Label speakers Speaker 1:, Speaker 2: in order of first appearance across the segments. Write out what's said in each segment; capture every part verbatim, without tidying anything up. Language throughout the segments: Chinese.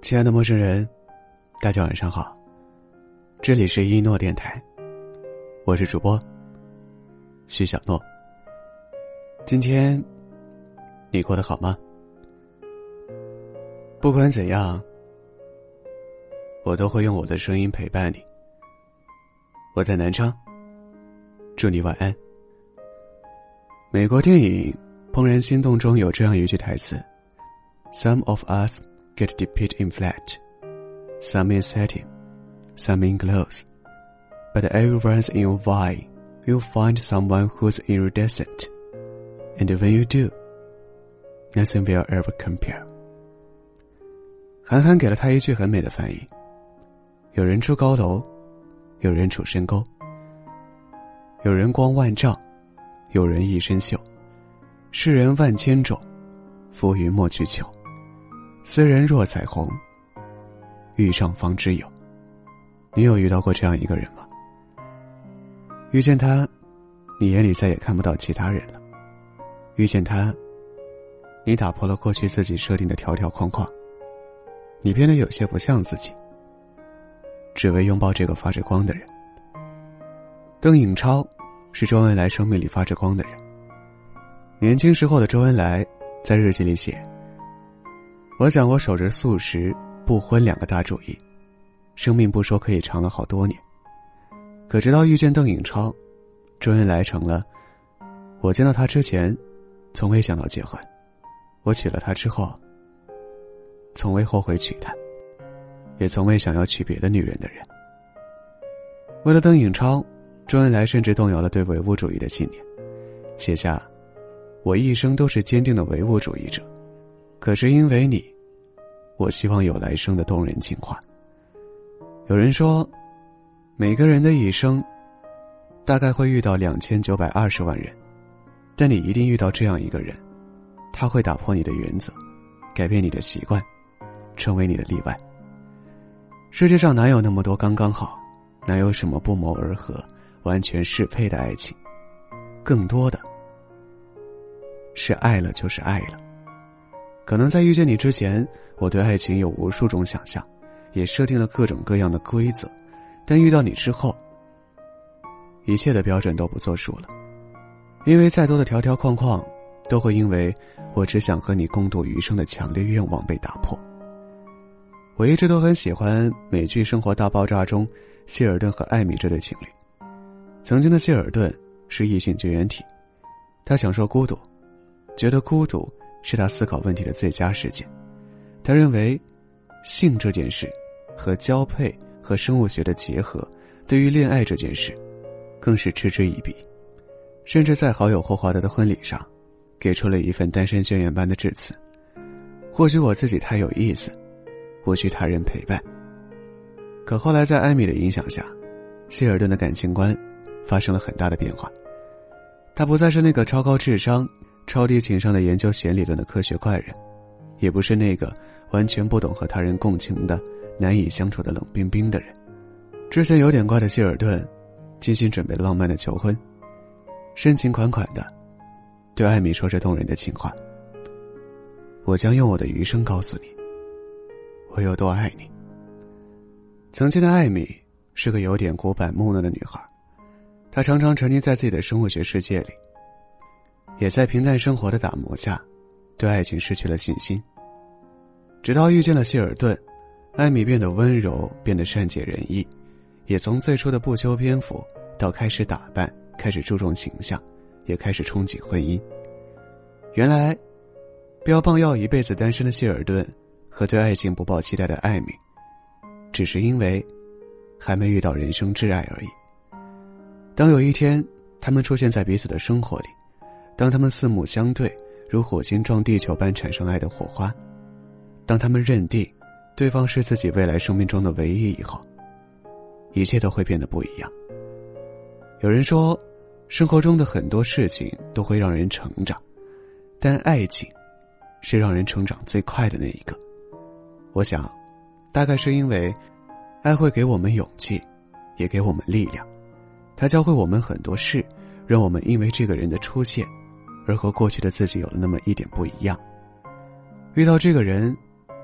Speaker 1: 亲爱的陌生人，大家晚上好，这里是一诺电台，我是主播徐小诺。今天你过得好吗？不管怎样，我都会用我的声音陪伴你。我在南昌，祝你晚安。美国电影《怦然心动》中有这样一句台词， Some of us get deep in flat, some in satin, some in clothes, but every once in a while you'll find someone who's iridescent, and when you do, nothing will ever compare. 韩寒给了他一句很美的翻译，有人住高楼，有人处深沟，有人光万丈，有人一身锈，世人万千种，浮云莫去求，斯人若彩虹，遇上方知有。你有遇到过这样一个人吗？遇见他，你眼里再也看不到其他人了。遇见他，你打破了过去自己设定的条条框框，你变得有些不像自己，只为拥抱这个发着光的人。邓颖超是周恩来生命里发着光的人。年轻时候的周恩来在日记里写，我想我守着素食不荤两个大主义，生命不说可以长了好多年。可直到遇见邓颖超，周恩来成了我见到他之前从未想到结婚，我娶了她之后从未后悔娶她，也从未想要娶别的女人的人。为了邓颖超，周恩来甚至动摇了对唯物主义的信念，写下我一生都是坚定的唯物主义者，可是因为你，我希望有来生的动人情话。有人说，每个人的一生大概会遇到两千九百二十万人，但你一定遇到这样一个人，他会打破你的原则，改变你的习惯，成为你的例外。世界上哪有那么多刚刚好，哪有什么不谋而合完全适配的爱情，更多的是爱了就是爱了。可能在遇见你之前，我对爱情有无数种想象，也设定了各种各样的规则，但遇到你之后，一切的标准都不作数了。因为再多的条条框框，都会因为我只想和你共度余生的强烈愿望被打破。我一直都很喜欢美剧《生活大爆炸》中谢尔顿和艾米这对情侣。曾经的谢尔顿是异性绝缘体，他享受孤独，觉得孤独是他思考问题的最佳时间。他认为性这件事和交配和生物学的结合，对于恋爱这件事更是嗤之以鼻，甚至在好友霍华德的婚礼上给出了一份单身宣言般的致辞。或许我自己太有意思，不需他人陪伴。可后来在艾米的影响下，谢尔顿的感情观发生了很大的变化。他不再是那个超高智商超低情商的研究弦理论的科学怪人，也不是那个完全不懂和他人共情的难以相处的冷冰冰的人。之前有点怪的谢尔顿精心准备了浪漫的求婚，深情款款的对艾米说着动人的情话，我将用我的余生告诉你我有多爱你。曾经的艾米是个有点古板木讷的女孩，她常常沉溺在自己的生物学世界里，也在平淡生活的打磨下对爱情失去了信心。直到遇见了谢尔顿，艾米变得温柔，变得善解人意，也从最初的不修边幅到开始打扮，开始注重形象，也开始憧憬婚姻。原来标榜要一辈子单身的谢尔顿和对爱情不抱期待的艾米，只是因为还没遇到人生挚爱而已。当有一天他们出现在彼此的生活里，当他们四目相对，如火星撞地球般产生爱的火花，当他们认定对方是自己未来生命中的唯一以后，一切都会变得不一样。有人说，生活中的很多事情都会让人成长，但爱情是让人成长最快的那一个。我想大概是因为爱会给我们勇气，也给我们力量，它教会我们很多事，让我们因为这个人的出现而和过去的自己有了那么一点不一样。遇到这个人，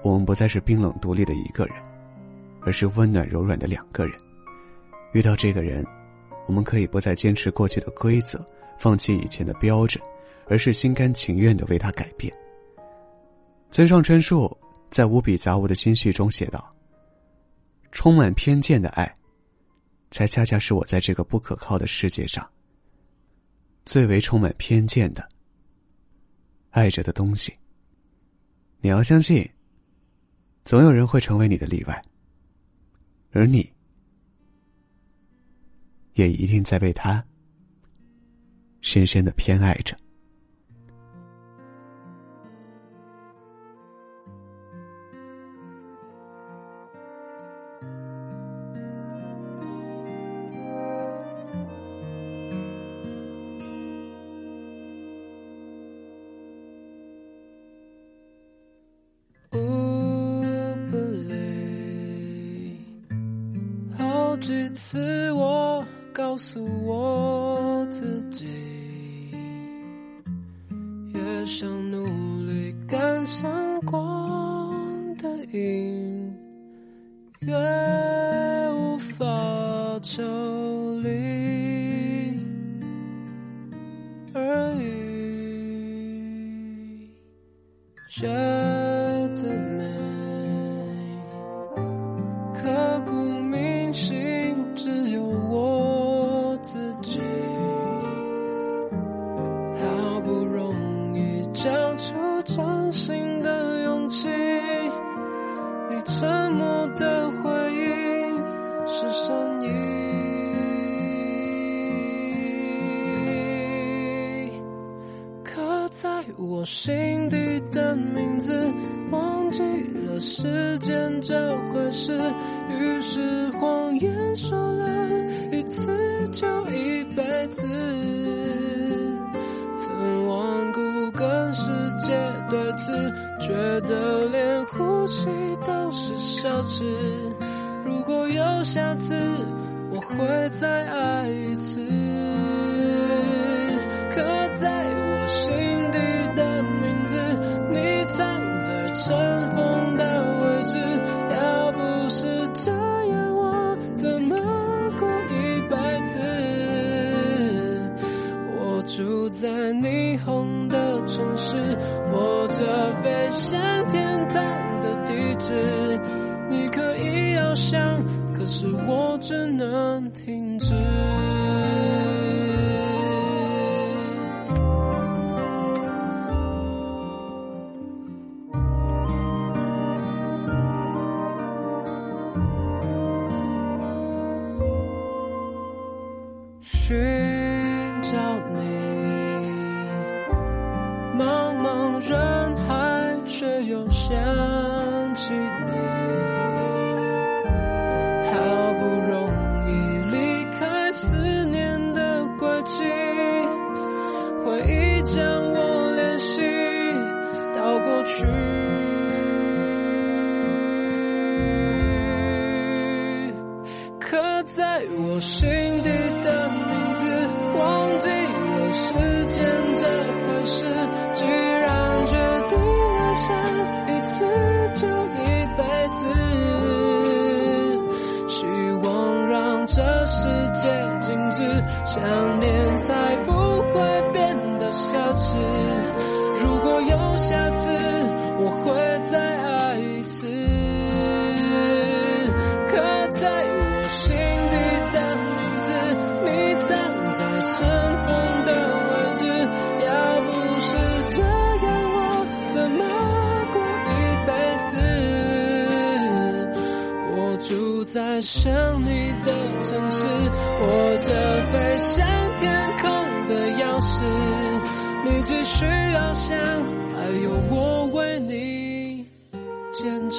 Speaker 1: 我们不再是冰冷独立的一个人，而是温暖柔软的两个人。遇到这个人，我们可以不再坚持过去的规则，放弃以前的标准，而是心甘情愿地为他改变。村上春树在无比杂无的心绪中写道，充满偏见的爱，才恰恰是我在这个不可靠的世界上最为充满偏见的爱着的东西。你要相信，总有人会成为你的例外，而你也一定在被他深深地偏爱着。
Speaker 2: 几次我告诉我自己，越想努力赶上光的影，越无法抽离而已，觉得美，刻骨铭心只有我自己，好不容易交出真心的勇气，你沉默的回应是善意，刻在我心底的名字，忘记了时间这回事，于是谎言说了一次就一辈子，曾顽固跟世界对峙，觉得连呼吸都是奢侈，如果有下次我会再爱一次，刻在我心底的名字，你藏在尘封的位置，要不是这样我怎么过一辈子，我住在霓虹的城市，握着飞向天堂的地址，你可以翱翔，可是我只能停止。寻找你，茫茫人海，却又想起你，好不容易离开思念的轨迹，回忆将我联系到过去，刻在我心底的名字，忘记了时间这回事，既然决定爱上一次就一辈子，希望让这世界静止，想念才不会变得奢侈，如果有下次我会再爱一次，刻在我心底的名字，你藏在尘封的位置，要不是这样我怎么过一辈子，我住在想你的城市，握着飞向天空的钥匙，你继续翱翔，还有我为你坚持。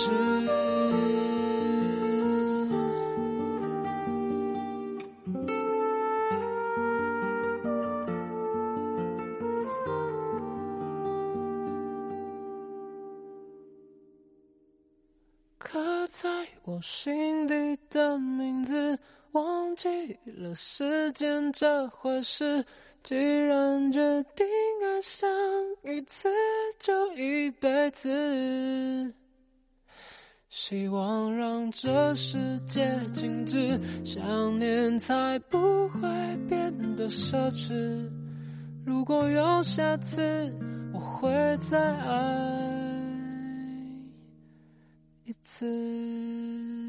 Speaker 2: 刻在我心底的名字，忘记了时间这回事，既然决定爱上一次就一辈子， 希望让这世界静止，想念才不会变得奢侈。如果有下次，我会再爱一次。